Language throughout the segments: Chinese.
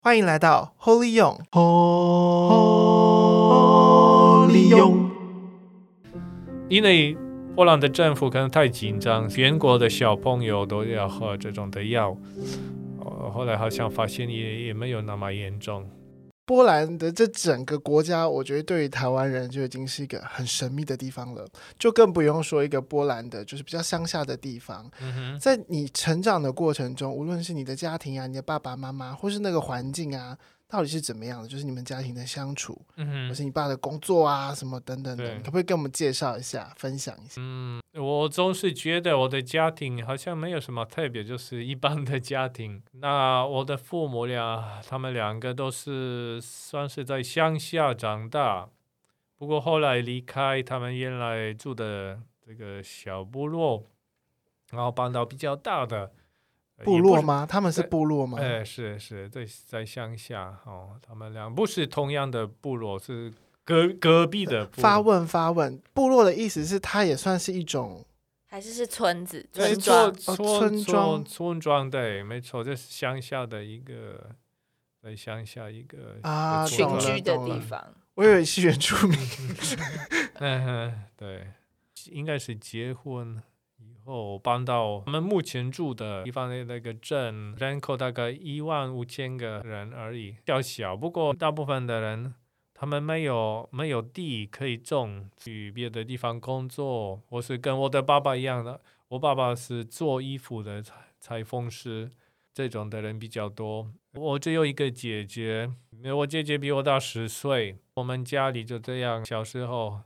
欢迎来到 Holy 用 Holy 用。 因为波兰的政府可能太紧张，全国的小朋友都要喝这种的药，后来好像发现也没有那么严重。 波兰的这整个国家，我觉得对于台湾人就已经是一个很神秘的地方了，就更不用说一个波兰的就是比较乡下的地方。在你成长的过程中，无论是你的家庭啊，你的爸爸妈妈，或是那个环境啊，到底是怎么样的？就是你们家庭的相处，或是你爸的工作啊，什么等等的，你可不可以跟我们介绍一下，分享一下？ 我总是觉得我的家庭好像没有什么特别，就是一般的家庭。那我的父母俩，他们两个都是算是在乡下长大，不过后来离开他们原来住的这个小部落，然后搬到比较大的部落吗？他们是部落吗？ 是在乡下哦。他们俩不是同样的部落，是隔壁的部落。 发问，部落的意思是它也算是一种， 还是村子、 对， 村庄？ 村庄，对，没错，这是乡下的一个，在乡下一个群居的地方。 我以为是原住民。 对，应该是结婚以后搬到我们目前住的地方的那个镇，人口大概15000个人而已，比较小。不过大部分的人他们没有地可以种，去别的地方工作。我是跟我的爸爸一样的，我爸爸是做衣服的裁缝师，这种的人比较多。我只有一个姐姐，我姐姐比我大10岁。我们家里就这样，小时候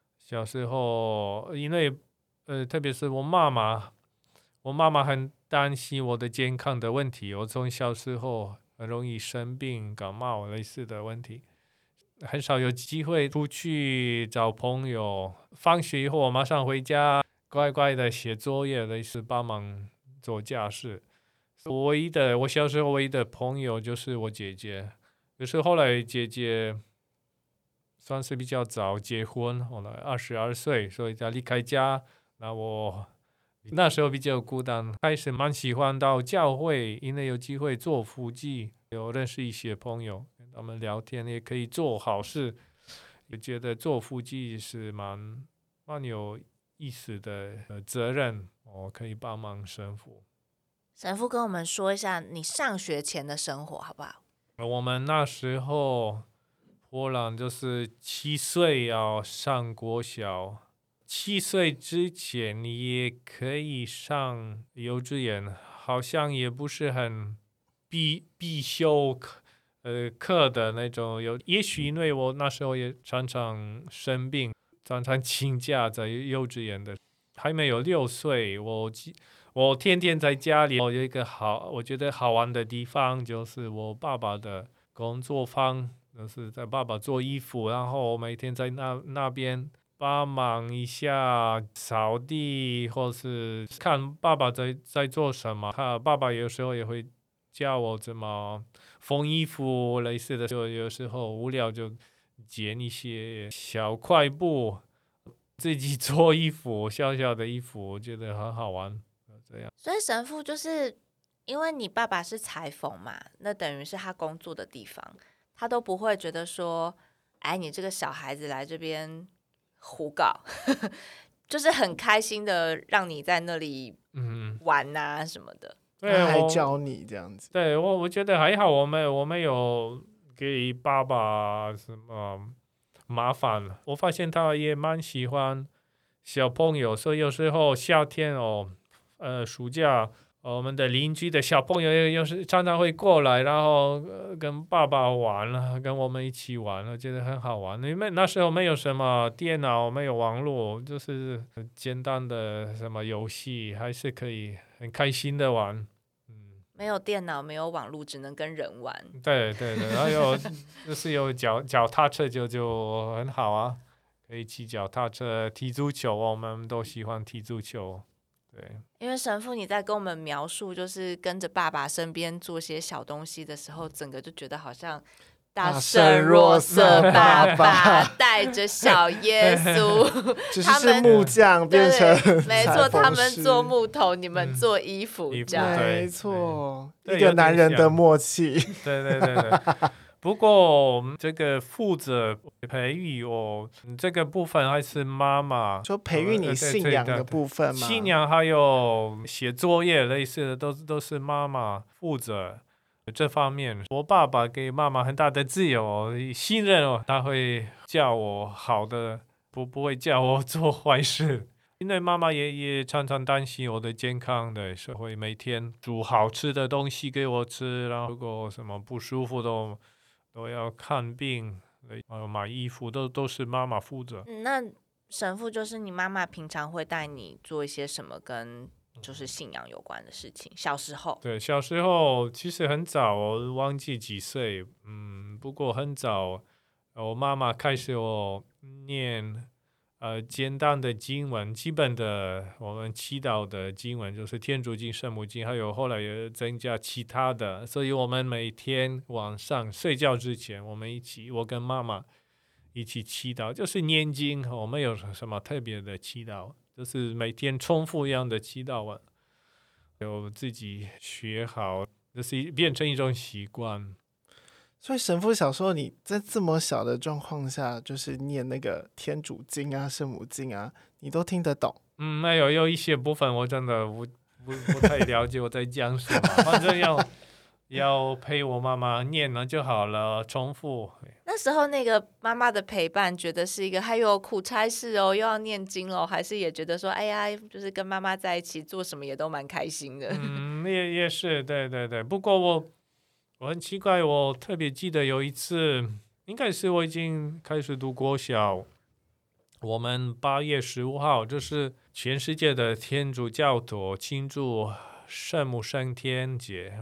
因为特别是我妈妈很担心我的健康的问题，我从小时候很容易生病、感冒类似的问题，很少有机会出去找朋友。放学以后我马上回家，乖乖的写作业，类似帮忙做家事。我小时候唯一的朋友就是我姐姐，就是后来姐姐算是比较早结婚，后来22岁，所以她离开家。那我那时候比较孤单，开始蛮喜欢到教会，因为有机会做福祭，有认识一些朋友，跟他们聊天，也可以做好事，也觉得做福祭是蛮有意思的责任，我可以帮忙神父。 神父跟我们说一下你上学前的生活好不好？ 我们那时候波兰就是7岁要上国小，7岁之前你也可以上幼稚园，好像也不是很必修课的那种。也许因为我那时候也常常生病，常常请假在幼稚园的，还没有6岁，我天天在家里。我有一个我觉得好玩的地方，就是我爸爸的工作坊，就是在爸爸做衣服，然后我每天在那边帮忙一下扫地，或是看爸爸在做什么。爸爸有时候也会教我怎么缝衣服类似的，就有时候无聊就剪一些小块布，自己做衣服，小小的衣服，我觉得很好玩。这样， 所以神父就是因为你爸爸是裁缝嘛，那等于是他工作的地方，他都不会觉得说，哎，你这个小孩子来这边胡搞，就是很开心的让你在那里玩啊什么的。 他还教你这样子。 对，我觉得还好，我没有给爸爸什么麻烦。我发现他也蛮喜欢小朋友，所以有时候夏天暑假，我们的邻居的小朋友有时常常会过来，然后跟爸爸玩，跟我们一起玩，我觉得很好玩。因为那时候没有什么电脑，没有网络，就是简单的什么游戏，还是可以很开心的玩。 没有电脑，没有网络，只能跟人玩。 对，还有就是有脚踏车就很好啊，可以骑脚踏车、踢足球，我们都喜欢踢足球。对， 因为神父你在跟我们描述就是跟着爸爸身边做些小东西的时候，整个就觉得好像大圣若瑟爸爸带着小耶稣， 只是木匠变成没错，他们做木头，你们做衣服，这样没错，一个男人的默契。 对。不过这个负责培育这个部分还是妈妈， 就培育你信仰的部分嘛。 信仰还有写作业类似的都是妈妈负责。这方面，我爸爸给妈妈很大的自由，信任他会叫我好的，不会叫我做坏事。因为妈妈也常常担心我的健康的，所以会每天煮好吃的东西给我吃，然后如果什么不舒服都要看病，买衣服都是妈妈负责。 那神父就是你妈妈平常会带你做一些什么跟就是信仰有关的事情？小时候， 对，小时候其实很早，我忘记几岁，不过很早，我妈妈开始我念简单的经文，基本的我们祈祷的经文就是天主经、圣母经，还有后来也增加其他的，所以我们每天晚上睡觉之前，我跟妈妈一起祈祷，就是念经，我没有什么特别的祈祷。就是每天重复一样的祈祷完，有自己学好，就是变成一种习惯。 所以神父小时候你在这么小的状况下，就是念那个天主经啊、圣母经啊，你都听得懂？ 没有一些部分我真的不太了解我在讲什么，反正要陪我妈妈念了就好了，重复。 那时候那个妈妈的陪伴，觉得是一个还有苦差事哦，又要念经哦，还是也觉得说，哎呀，就是跟妈妈在一起做什么也都蛮开心的。 也是，对。不过我很奇怪，我特别记得有一次，应该是我已经开始读国小，我们8月15号就是全世界的天主教徒庆祝圣母升天节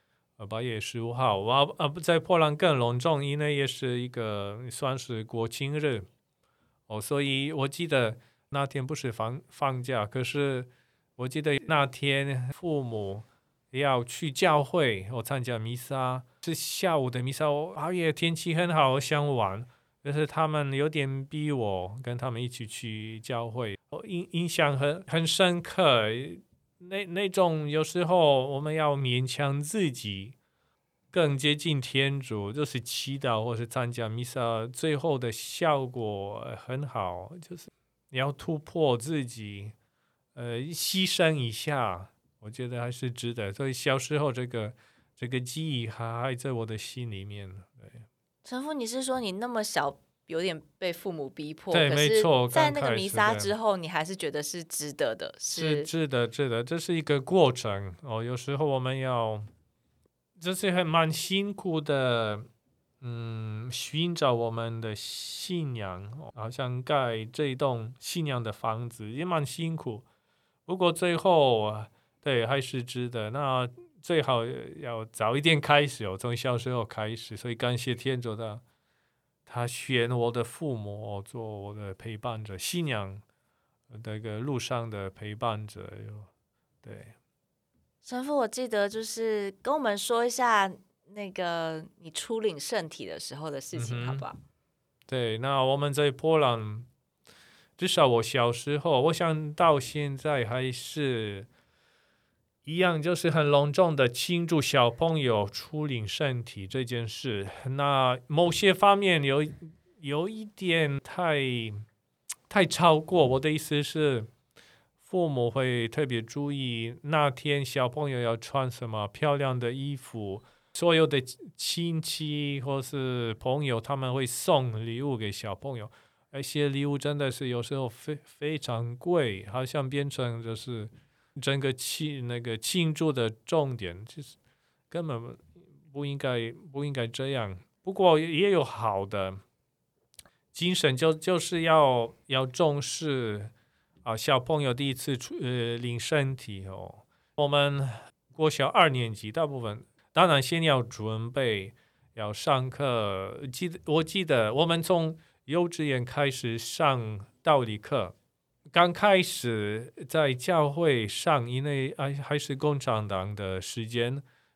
8月15号，在波兰更隆重，因为也是一个算是国庆日所以我记得那天不是放假，可是我记得那天父母要去教会，我参加弥撒，是下午的弥撒，也天气很好，我想玩，但是他们有点逼我跟他们一起去教会，印象很深刻。那种有时候我们要勉强自己更接近天主，就是祈祷或是参加弥撒，最后的效果很好，就是你要突破自己，牺牲一下，我觉得还是值得。所以小时候这个记忆还在我的心里面。对， 神父，你是说你那么小？有点被父母逼迫， 对，没错。 在那个弥撒之后，你还是觉得是值得的， 是值得，这是一个过程有时候我们要，这是蛮辛苦的，寻找我们的信仰，好像盖这一栋信仰的房子也蛮辛苦，不过最后对还是值得。那最好要早一点开始从小时候开始，所以感谢天主的。他选我的父母做我的陪伴者，信仰那个路上的陪伴者。对， 神父，我记得就是跟我们说一下那个你初领圣体的时候的事情，好不好？ 对，那我们在波兰，至少我小时候，我想到现在还是一样，就是很隆重的庆祝小朋友初领圣体这件事。那某些方面有一点太超过，我的意思是，父母会特别注意那天小朋友要穿什么漂亮的衣服，所有的亲戚或是朋友他们会送礼物给小朋友，那些礼物真的是有时候非常贵，好像变成就是整个庆祝的重点，就是根本不应该这样。不过也有好的精神，就是要重视小朋友第一次领圣体我们国小2年级大部分当然先要准备，要上课。我记得我们从幼稚园开始上道理课。刚开始在教会上，因为还是共产党的时间，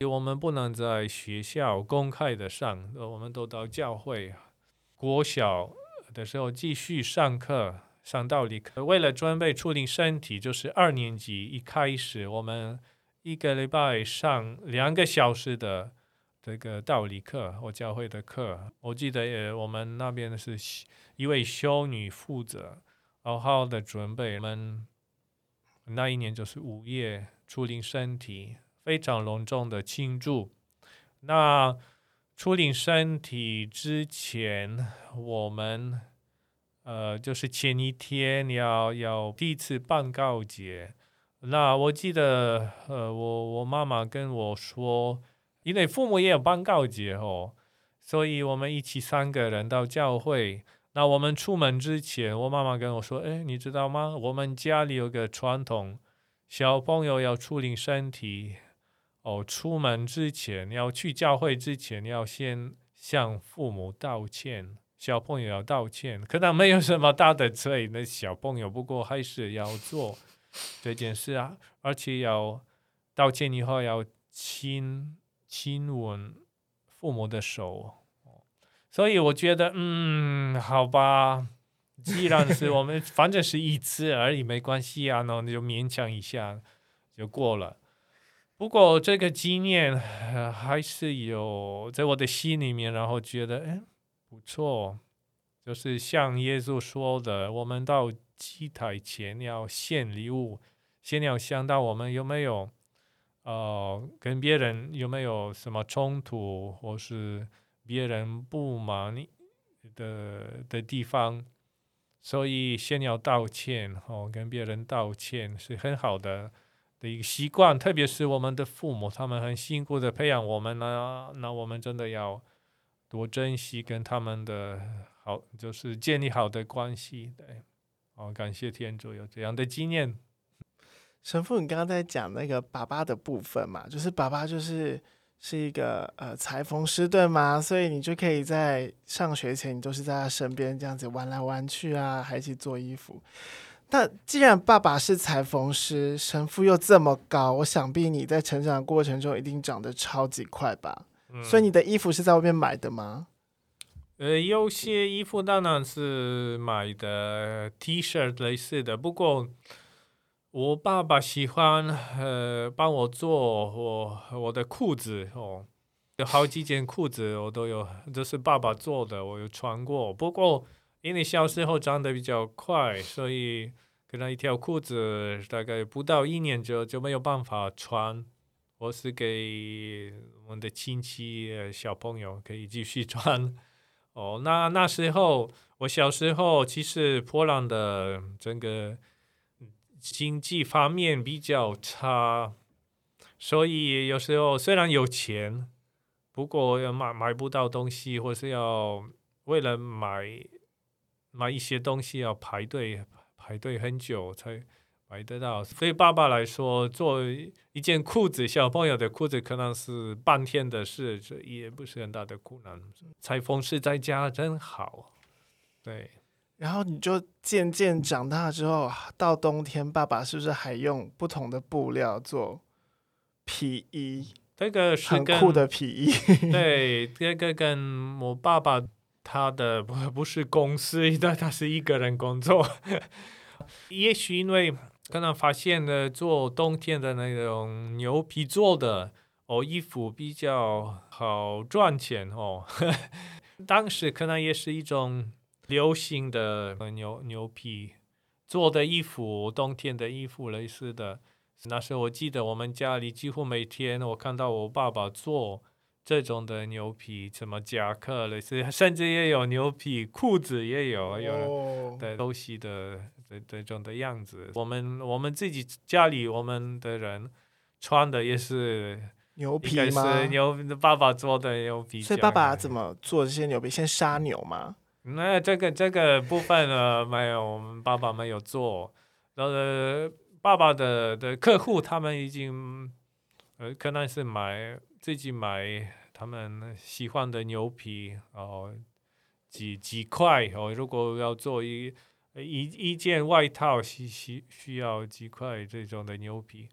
我们不能在学校公开的上，我们都到教会。国小的时候继续上课，上道理课。为了准备处理身体，就是2年级一开始，我们1个礼拜上2个小时的这个道理课，我教会的课。我记得我们那边是一位修女负责，好好的准备。我们那一年就是5月处理身体，非常隆重的庆祝。那处理身体之前，我们就是前一天要第一次办告解。那我记得我妈妈跟我说，因为父母也有办告解所以我们一起3个人到教会。那我们出门之前，我妈妈跟我说，你知道吗？我们家里有个传统，小朋友要处理身体出门之前，要去教会之前，要先向父母道歉。小朋友要道歉，可能没有什么大的罪，那小朋友不过还是要做这件事啊，而且要道歉以后要亲吻父母的手。所以我觉得好吧，既然是我们反正是一次而已，没关系啊，那就勉强一下就过了。不过这个经验还是有在我的心里面，然后觉得不错，就是像耶稣说的，我们到祭台前要献礼物，先要想到我们有没有跟别人有没有什么冲突，或是别人不满的地方，所以先要道歉跟别人道歉是很好的一个习惯，特别是我们的父母，他们很辛苦的培养我们呢，那我们真的要多珍惜跟他们的好，就是建立好的关系。对，感谢天主有这样的经验。 神父，你刚刚在讲那个爸爸的部分嘛，就是爸爸是一个裁缝师对吗？所以你就可以在上学前，你都是在他身边这样子玩来玩去啊，还一起做衣服。那既然爸爸是裁缝师，神父又这么高，我想必你在成长的过程中一定长得超级快吧？所以你的衣服是在外面买的吗？ 有些衣服当然是买的 T 恤类似的，不过我爸爸喜欢帮我做我的裤子有好几件裤子我都有，这是爸爸做的，我有穿过。不过因为小时候长得比较快，所以可能一条裤子大概不到1年就没有办法穿。我是给我们的亲戚小朋友可以继续穿。那时候我小时候，其实波兰的整个经济方面比较差，所以有时候虽然有钱，不过要买不到东西，或是要为了买一些东西要排队很久才买得到。所以爸爸来说，做一件裤子，小朋友的裤子可能是半天的事，这也不是很大的困难。裁缝师在家真好，对。 然后你就渐渐长大之后，到冬天，爸爸是不是还用不同的布料做皮衣？ 这个是很酷的皮衣。 对，这个跟我爸爸他的不是公司，他是一个人工作。也许因为可能发现了做冬天的那种牛皮做的衣服比较好赚钱当时可能也是一种流行的牛皮做的衣服，冬天的衣服类似的。那时候我记得我们家里几乎每天我看到我爸爸做这种的牛皮，什么夹克类似，甚至也有牛皮裤子也有的东西的这种的样子。我们自己家里我们的人穿的也是牛皮吗？ 是爸爸做的牛皮。 所以爸爸怎么做这些牛皮？先杀牛吗？ 那这个部分没有，我们爸爸没有做。爸爸的客户他们已经可能是自己买他们喜欢的牛皮几块如果要做一件外套需要几块这种的牛皮。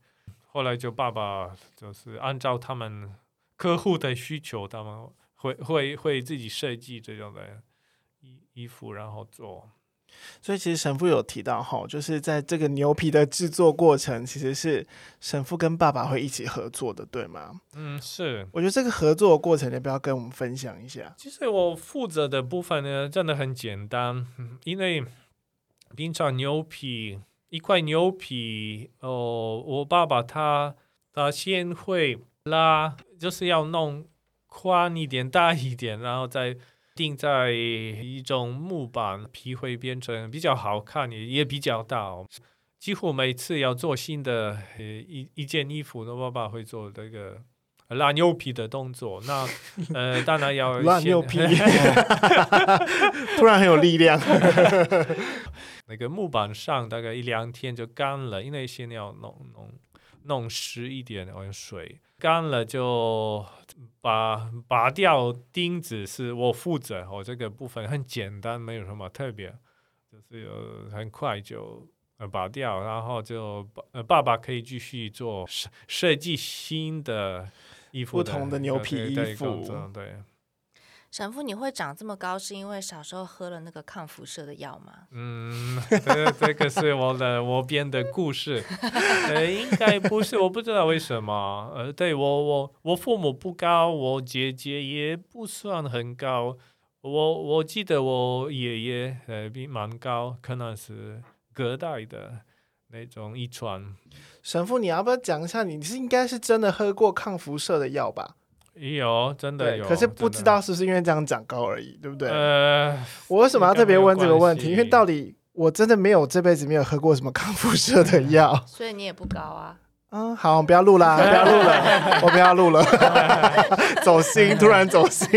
后来就爸爸就是按照他们客户的需求，他们会自己设计这种的衣服，然后做。 所以其实神父有提到就是在这个牛皮的制作过程，其实是神父跟爸爸会一起合作的，对吗？ 是。 我觉得这个合作的过程，要不要跟我们分享一下？ 其实我负责的部分呢，真的很简单，因为平常一块牛皮，我爸爸他先会拉，就是要弄宽一点、大一点，然后再钉在一种木板，皮会变成比较好看，也比较大。几乎每次要做新的一件衣服，我爸爸会做这个拉牛皮的动作。那当然要拉牛皮，突然很有力量。 那个木板上大概1-2天就干了，因为先要弄湿一点，用水干了就拔掉钉子，是我负责。这个部分很简单，没有什么特别，就是很快就拔掉，然后就爸爸可以继续做设计新的衣服不同的牛皮衣服。 对。 神父，你会长这么高，是因为小时候喝了那个抗辐射的药吗？ 这个是我编的故事，应该不是，我不知道为什么。对，我父母不高，我姐姐也不算很高，我记得我爷爷蛮高，可能是隔代的那种遗传。 神父，你要不要讲一下，你应该是真的喝过抗辐射的药吧？ 有，真的有， 可是不知道是不是因为这样长高而已，对不对？我为什么要特别问这个问题？因为到底我真的这辈子没有喝过什么抗辐射的药， 所以你也不高啊。 好，不要录啦，不要录了，我不要录了，走心，突然走心。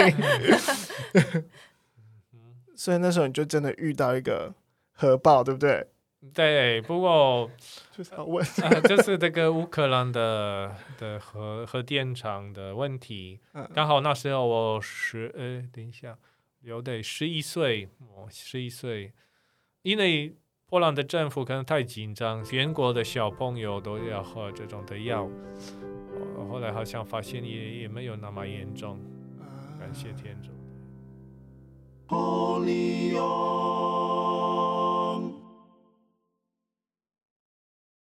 所以那时候你就真的遇到一个核爆，对不对？ 对，不过就是要问， 就是这个乌克兰的核电厂的问题。刚好那时候我等一下，有得11岁，11岁，因为波兰的政府可能太紧张，全国的小朋友都要喝这种的药。后来好像发现也没有那么严重，感谢天主。